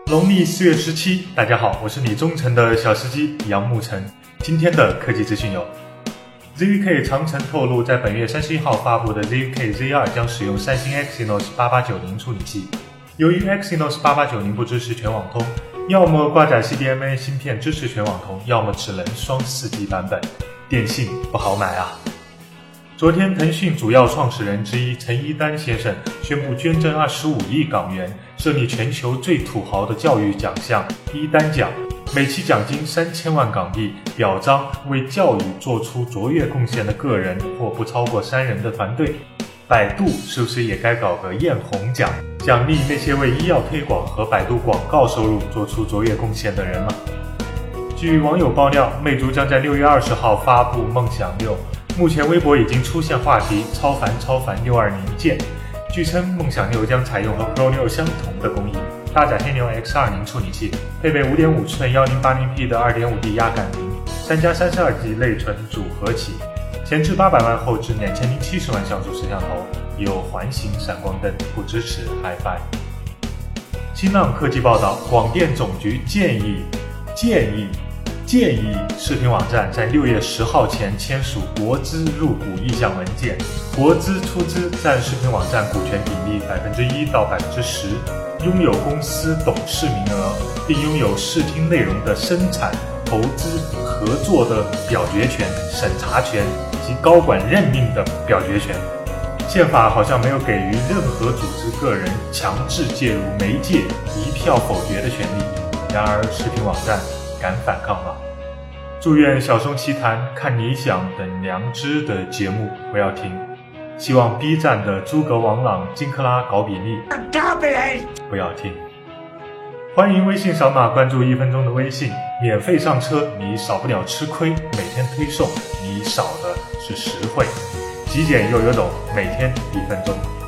农历4月17，大家好，我是你忠诚的小司机杨沐晨。今天的科技资讯有 ZVK 长城透露，在本月31号发布的 ZVK Z2 将使用三星 Exynos 8890处理器。由于 Exynos 8890不支持全网通，要么挂载 CDMA 芯片支持全网通，要么只能双 4G 版本，电信不好买啊。昨天，腾讯主要创始人之一陈一丹先生宣布捐赠25亿港元，设立全球最土豪的教育奖项一丹奖，每期奖金3000万港币，表彰为教育做出卓越贡献的个人或不超过3人的团队。百度是不是也该搞个艳红奖，奖励那些为医药推广和百度广告收入做出卓越贡献的人了？据网友爆料，魅族将在6月20号发布梦想6。目前微博已经出现话题超凡620键，据称梦想6将采用和 Pro 6相同的工艺，搭载黑牛 X20 处理器，配备5.5寸 1080p 的 2.5D 压感屏，3+32G 内存组合起，前置800万，后置2070万像素摄像头，有环形闪光灯，不支持 Hi-Fi。新浪科技报道，广电总局建议视频网站在6月10号前签署国资入股意向文件，国资出资占视频网站股权比例1%到10%，拥有公司董事名额，并拥有视听内容的生产、投资、合作的表决权、审查权及高管任命的表决权。宪法好像没有给予任何组织个人强制介入媒介一票否决的权利，然而视频网站敢反抗吗？祝愿小松奇谈、看理想等良知的节目不要停，希望 B 站的诸葛王朗、金克拉搞比例不要停。欢迎微信扫码关注1分钟的微信，免费上车你少不了吃亏，每天推送你少的是实惠，极简又有懂，每天1分钟。